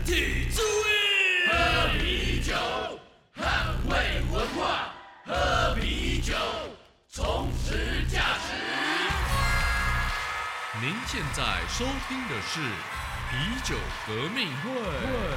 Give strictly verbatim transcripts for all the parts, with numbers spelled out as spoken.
体注意，喝啤酒，捍卫文化，喝啤酒，充实价值。您现在收听的是啤酒革命会。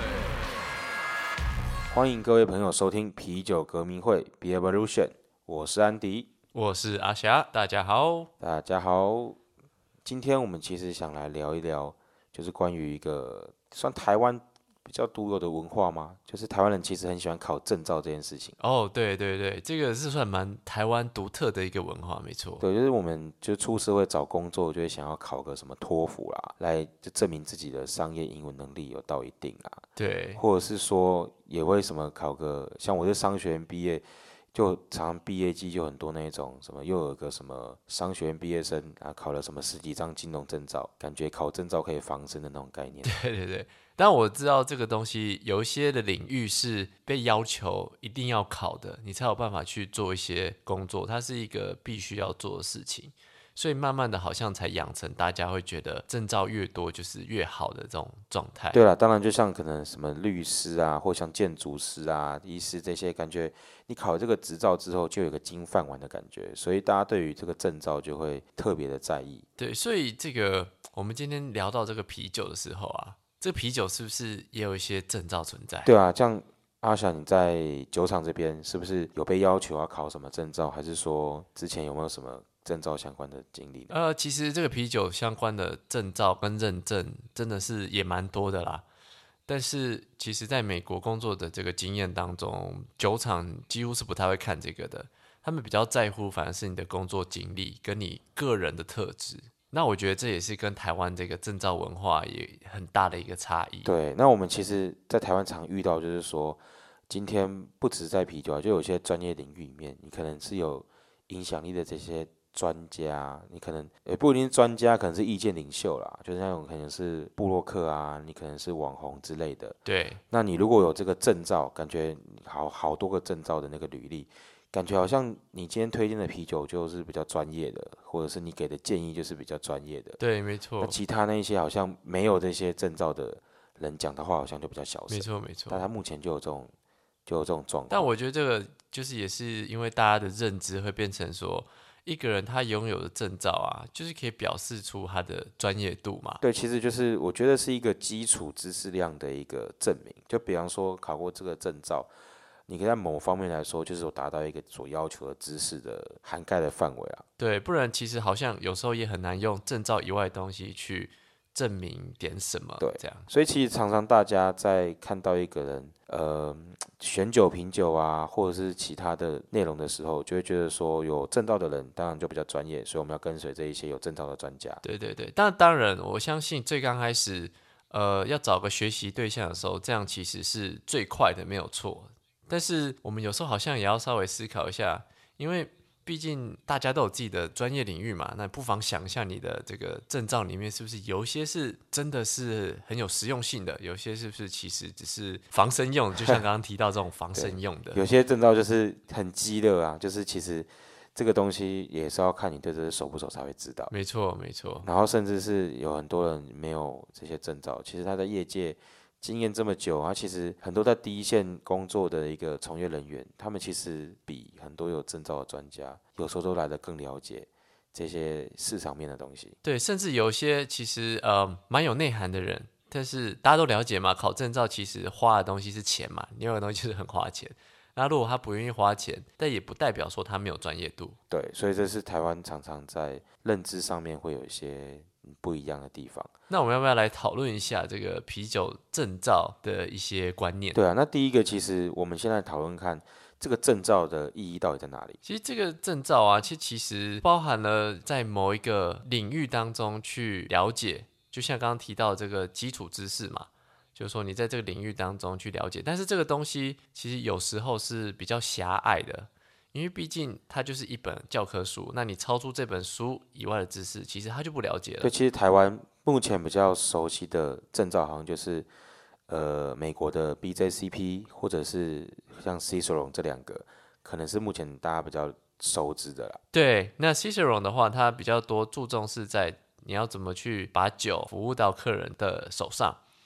欢迎各位朋友收听啤酒革命会 Beer Evolution， 我是安迪， 我是阿霞，大家好。 大家好。今天我们其实想来聊一聊，就是关于一个算台湾比较独有的文化吗？就是台湾人其实很喜欢考证照这件事情。 哦，对对对，这个是算蛮台湾独特的一个文化，没错。 对，就是我们就出社会找工作，就会想要考个什么托福啦，来就证明自己的商业英文能力有到一定啦。 对， 或者是说也会什么考个，像我是商学院毕业。就常常毕业季就很多那种什么，又有个什么商学院毕业生啊，考了什么十几张金融证照，感觉考证照可以防身的那种概念。 对对对，但我知道这个东西有一些的领域是被要求一定要考的，你才有办法去做一些工作，它是一个必须要做的事情。所以慢慢的好像才养成大家会觉得证照越多就是越好的这种状态。 对啦，当然就像可能什么律师啊，或像建筑师啊、医师这些，感觉你考这个执照之后就有个金饭碗的感觉，所以大家对于这个证照就会特别的在意。 对，所以这个我们今天聊到这个啤酒的时候啊，这个啤酒是不是也有一些证照存在？ 对啊，像阿翔你在酒厂这边是不是有被要求要考什么证照，还是说之前有没有什么证照相关的经历呢？ 呃，其实这个啤酒相关的证照跟认证真的是也蛮多的啦。但是其实在美国工作的这个经验当中，酒厂几乎是不太会看这个的，他们比较在乎反而是你的工作经历跟你个人的特质。那我觉得这也是跟台湾这个证照文化也很大的一个差异。 对，那我们其实，在台湾常遇到就是说，今天不只是在啤酒啊，就有些专业领域里面，你可能是有影响力的这些专家，你可能也不一定是专家，可能是意见领袖啦，就是那种可能是部落客啊，你可能是网红之类的。 对， 那你如果有这个证照，感觉好好多个证照的那个履历，感觉好像你今天推荐的啤酒就是比较专业的，或者是你给的建议就是比较专业的。 对，没错。 那其他那一些好像没有这些证照的人讲的话，好像就比较小声。 没错，没错。 但他目前就有这种就有这种状况。 但我觉得这个就是也是因为大家的认知会变成说，一个人他拥有的证照啊，就是可以表示出他的专业度嘛。 对，其实就是我觉得是一个基础知识量的一个证明。就比方说考过这个证照，你可以在某方面来说，就是有达到一个所要求的知识的涵盖的范围啊。 对，不然其实好像有时候也很难用证照以外的东西去证明点什么。 对， 这样。 所以其实常常大家在看到一个人，呃，选酒、品酒啊，或者是其他的内容的时候，就会觉得说，有证照的人当然就比较专业，所以我们要跟随这一些有证照的专家。 对对对，但当然，我相信最刚开始，呃，要找个学习对象的时候，这样其实是最快的，没有错。但是我们有时候好像也要稍微思考一下，因为毕竟大家都有自己的专业领域嘛，那不妨想一下你的这个证照里面是不是有一些是真的是很有实用性的，有些是不是其实只是防身用，就像刚刚提到这种防身用的。 有些证照就是很鸡肋啊，就是其实这个东西也是要看你对这个熟不熟才会知道。 没错，没错。 然后甚至是有很多人没有这些证照，其实他在业界经验这么久啊，其实很多在第一线工作的一个从业人员，他们其实比很多有证照的专家，有时候都来得更了解这些市场面的东西。 对，甚至有些其实呃蛮有内涵的人，但是大家都了解嘛，考证照其实花的东西是钱嘛，你有的东西就是很花钱。那如果他不愿意花钱，但也不代表说他没有专业度。 对，所以这是台湾常常在认知上面会有一些不一样的地方。 那我们要不要来讨论一下这个啤酒证照的一些观念？ 对啊，那第一个其实我们现在讨论看这个证照的意义到底在哪里？ 其实这个证照啊，其实其实包含了在某一个领域当中去了解，就像刚刚提到这个基础知识嘛，就是说你在这个领域当中去了解，但是这个东西其实有时候是比较狭隘的，因为毕竟它就是一本教科书，那你超出这本书以外的知识，其实他就不了解了。 对，其实台湾目前比较熟悉的证照好像就是呃美国的 B J C P 或者是像 Cicerone 这两个，可能是目前大家比较熟知的啦。 对，那 Cicerone 的话，它比较多注重是在你要怎么去把酒服务到客人的手上。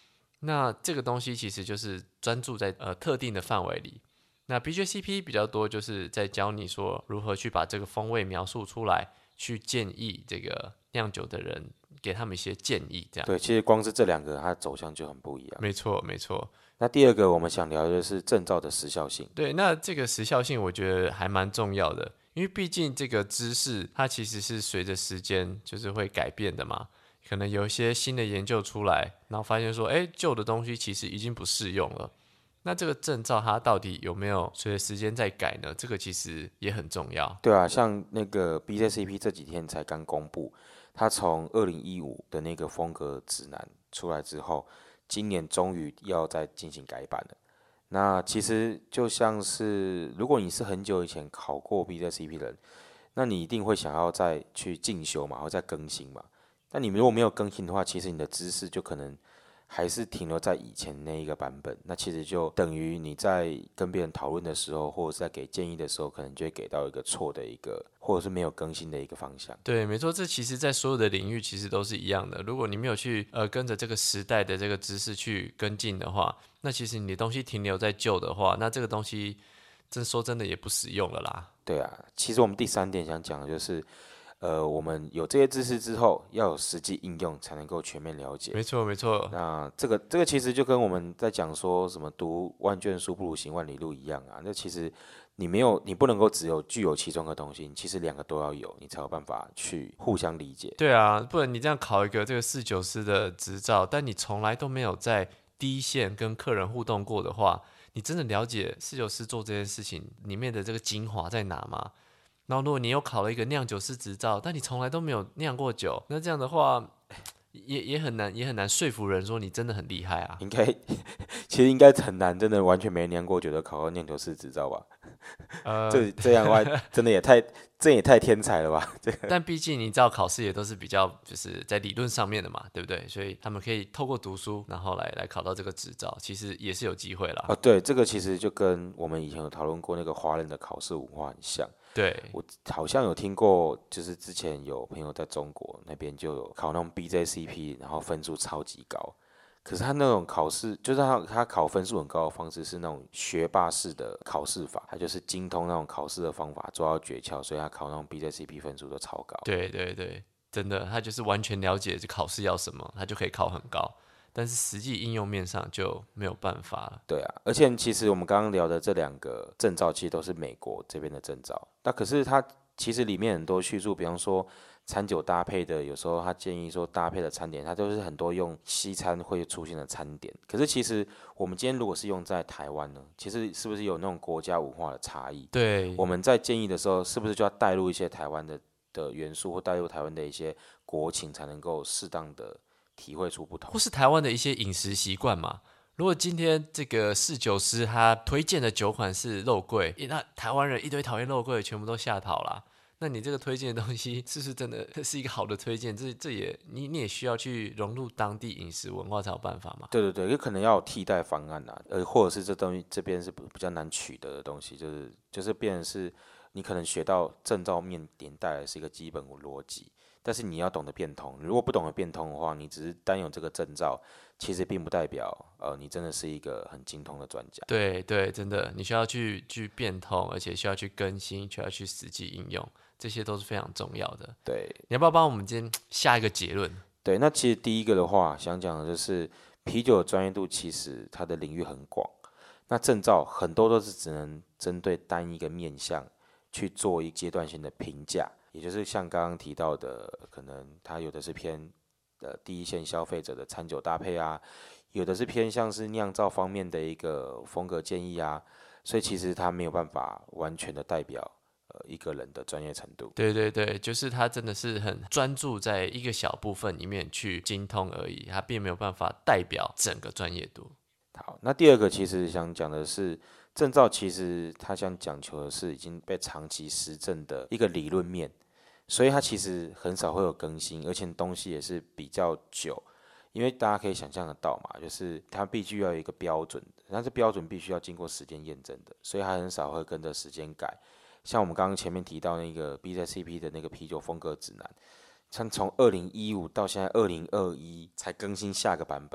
那这个东西其实就是专注在呃特定的范围里。那 B J C P 比较多，就是在教你说如何去把这个风味描述出来，去建议这个酿酒的人，给他们一些建议。这样对，其实光是这两个，它的走向就很不一样。 没错，没错。 那第二个我们想聊的就是证照的时效性。 对，那这个时效性我觉得还蛮重要的，因为毕竟这个知识它其实是随着时间就是会改变的嘛。可能有一些新的研究出来，然后发现说，哎，旧的东西其实已经不适用了。那这个证照它到底有没有随着时间在改呢？这个其实也很重要。 对啊，像那个 B J C P 这几天才刚公布，它从二零一五的那个风格指南出来之后，今年终于要再进行改版了。那其实就像是，如果你是很久以前考过 B J C P 的人，那你一定会想要再去进修嘛，或再更新嘛。那你如果没有更新的话，其实你的知识就可能还是停留在以前那一个版本。那其实就等于你在跟别人讨论的时候，或者是在给建议的时候，可能就会给到一个错的一个，或者是没有更新的一个方向。 对，没错，这其实在所有的领域其实都是一样的。如果你没有去呃跟着这个时代的这个知识去跟进的话，那其实你的东西停留在旧的话，那这个东西真说真的也不实用了啦。 对啊，其实我们第三点想讲的就是。呃，我们有这些知识之后，要有实际应用才能够全面了解。 没错，没错。 那这个这个其实就跟我们在讲说什么读万卷书不如行万里路一样啊。那其实你没有，你不能够只有具有其中的东西，其实两个都要有，你才有办法去互相理解。 对啊，不然你这样考一个这个侍酒师的执照，但你从来都没有在第一线跟客人互动过的话，你真的了解侍酒师做这件事情里面的这个精华在哪吗？然后，如果你有考了一个酿酒师执照，但你从来都没有酿过酒，那这样的话，也也很难，也很难说服人说你真的很厉害啊。 应该，其实应该很难，真的完全没酿过酒的考到酿酒师执照吧？ 呃， 这这样的话，真的也太，这也太天才了吧？这个。 但毕竟你知道，考试也都是比较就是在理论上面的嘛，对不对？所以他们可以透过读书，然后来来考到这个执照，其实也是有机会啦。 哦，对，这个其实就跟我们以前有讨论过那个华人的考试文化很像。 对， 我好像有听过，就是之前有朋友在中国那边就有考那种 B J C P， 然后分数超级高。可是他那种考试，就是他他考分数很高的方式是那种学霸式的考试法，他就是精通那种考试的方法，做到诀窍，所以他考那种 B J C P 分数都超高。 对对对，真的，他就是完全了解这考试要什么，他就可以考很高。但是实际应用面上就没有办法了。 对啊，而且其实我们刚刚聊的这两个证照，其实都是美国这边的证照。那可是它其实里面很多叙述，比方说餐酒搭配的，有时候他建议说搭配的餐点，它都是很多用西餐会出现的餐点。可是其实我们今天如果是用在台湾呢，其实是不是有那种国家文化的差异？ 对， 我们在建议的时候，是不是就要带入一些台湾的的元素，或带入台湾的一些国情，才能够适当的体会出不同， 或是台湾的一些饮食习惯嘛。如果今天这个侍酒师他推荐的酒款是肉桂，那台湾人一堆讨厌肉桂，全部都下逃啦。那你这个推荐的东西是不是真的是一个好的推荐？这这也你你也需要去融入当地饮食文化才有办法嘛。 对对对，有可能要有替代方案啊，呃，或者是这东西这边是比较难取得的东西，就是就是变成是你可能学到证照面点带来是一个基本逻辑。但是你要懂得变通，如果不懂得变通的话，你只是单有这个证照，其实并不代表呃你真的是一个很精通的专家。 对对，真的，你需要去去变通，而且需要去更新，需要去实际应用，这些都是非常重要的。 对， 你要不要帮我们今天下一个结论？ 对，那其实第一个的话，想讲的就是啤酒的专业度其实它的领域很广，那证照很多都是只能针对单一个面向去做一阶段性的评价。也就是像刚刚提到的，可能它有的是偏呃第一线消费者的餐酒搭配啊，有的是偏向是酿造方面的一个风格建议啊，所以其实它没有办法完全的代表呃一个人的专业程度。 对对对，就是他真的是很专注在一个小部分里面去精通而已，他并没有办法代表整个专业度。 好，那第二个其实想讲的是，证照其实它想讲求的是已经被长期实证的一个理论面。所以它其实很少会有更新，而且东西也是比较久，因为大家可以想象得到嘛，就是它必须要有一个标准的，但是标准必须要经过时间验证的，所以它很少会跟着时间改。像我们刚刚前面提到那个 B J C P 的那个啤酒风格指南，像从二零一五到现在二零二一才更新下个版本，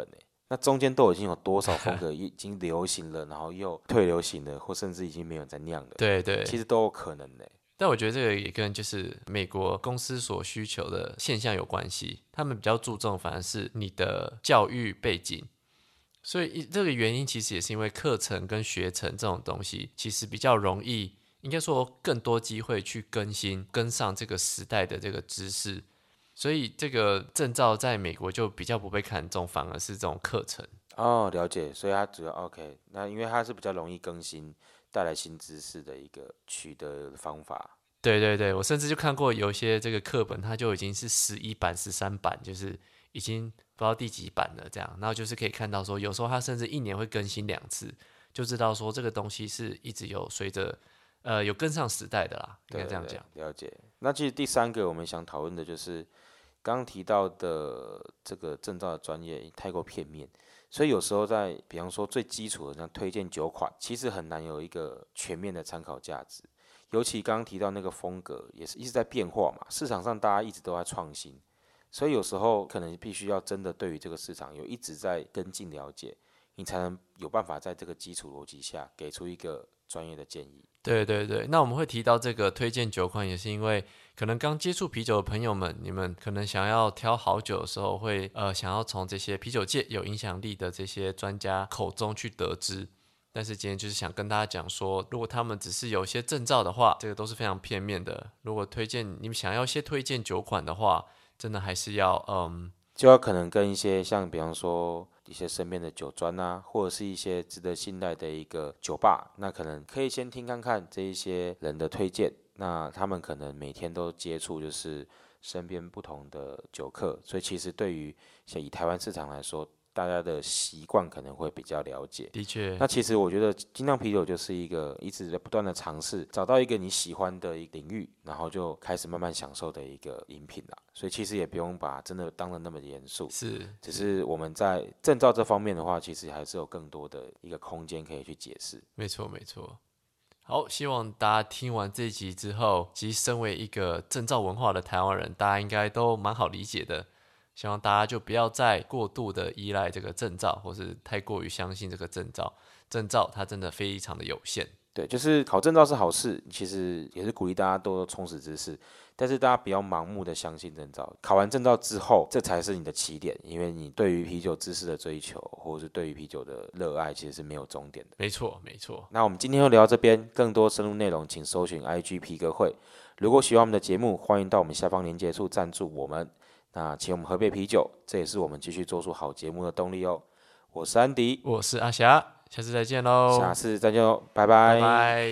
那中间都已经有多少风格已经流行了，然后又退流行了，或甚至已经没有在酿了？ 对对， 其实都有可能的。 但我觉得这个也跟就是美国公司所需求的现象有关系，他们比较注重反而是你的教育背景，所以这个原因其实也是因为课程跟学程这种东西其实比较容易，应该说更多机会去更新跟上这个时代的这个知识，所以这个证照在美国就比较不被看重，反而是这种课程。 哦，了解，所以它主要 OK， 那因为它是比较容易更新，带来新知识的一个取得的方法。 对对对，我甚至就看过有些这个课本，它就已经是十一版、十三版，就是已经不知道第几版了这样。然后就是可以看到说，有时候它甚至一年会更新两次，就知道说这个东西是一直有随着呃有跟上时代的啦，应该这样讲。 了解。那其实第三个我们想讨论的就是刚刚提到的这个证照的专业太过片面。所以有时候在比方说最基础的像推荐九款，其实很难有一个全面的参考价值。尤其刚刚提到那个风格也是一直在变化嘛，市场上大家一直都在创新，所以有时候可能必须要真的对于这个市场有一直在跟进了解，你才能有办法在这个基础逻辑下给出一个专业的建议。 对对对，那我们会提到这个推荐酒款，也是因为可能刚接触啤酒的朋友们，你们可能想要挑好酒的时候会，会呃想要从这些啤酒界有影响力的这些专家口中去得知。但是今天就是想跟大家讲说，如果他们只是有一些证照的话，这个都是非常片面的。如果推荐你们想要一些推荐酒款的话，真的还是要嗯， 就要可能跟一些像比方说一些身边的酒庄啊，或者是一些值得信赖的一个酒吧，那可能可以先听看看这一些人的推荐。那他们可能每天都接触就是身边不同的酒客，所以其实对于像以台湾市场来说，大家的习惯可能会比较了解。 的确， 那其实我觉得精酿啤酒就是一个一直在不断的尝试，找到一个你喜欢的领域，然后就开始慢慢享受的一个饮品啦。所以其实也不用把真的当得那么严肃， 是， 只是我们在证照这方面的话，其实还是有更多的一个空间可以去解释。 没错，没错。好，希望大家听完这一集之后，其实身为一个证照文化的台湾人，大家应该都蛮好理解的。希望大家就不要再过度的依赖这个证照，或是太过于相信这个证照。证照它真的非常的有限。 对，就是考证照是好事，其实也是鼓励大家多充实知识，但是大家不要盲目的相信证照。考完证照之后，这才是你的起点，因为你对于啤酒知识的追求，或者是对于啤酒的热爱，其实是没有终点的。 没错，没错。 那我们今天就聊到这边，更多深入内容，请搜寻 I G 皮革会。如果喜欢我们的节目，欢迎到我们下方连结处赞助我们。那请我们喝杯啤酒，这也是我们继续做出好节目的动力哦。我是安迪， 我是阿霞，下次再见喽， 下次再见喽，拜拜。 拜拜。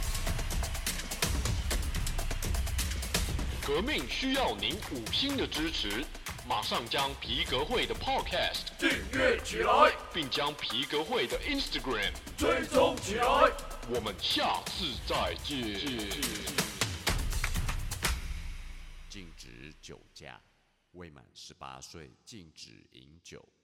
革命需要您五星的支持，马上将皮革会的 Podcast 订阅起来，并将皮革会的 Instagram 追踪起来。我们下次再见。 禁止酒驾，未满十八岁禁止饮酒。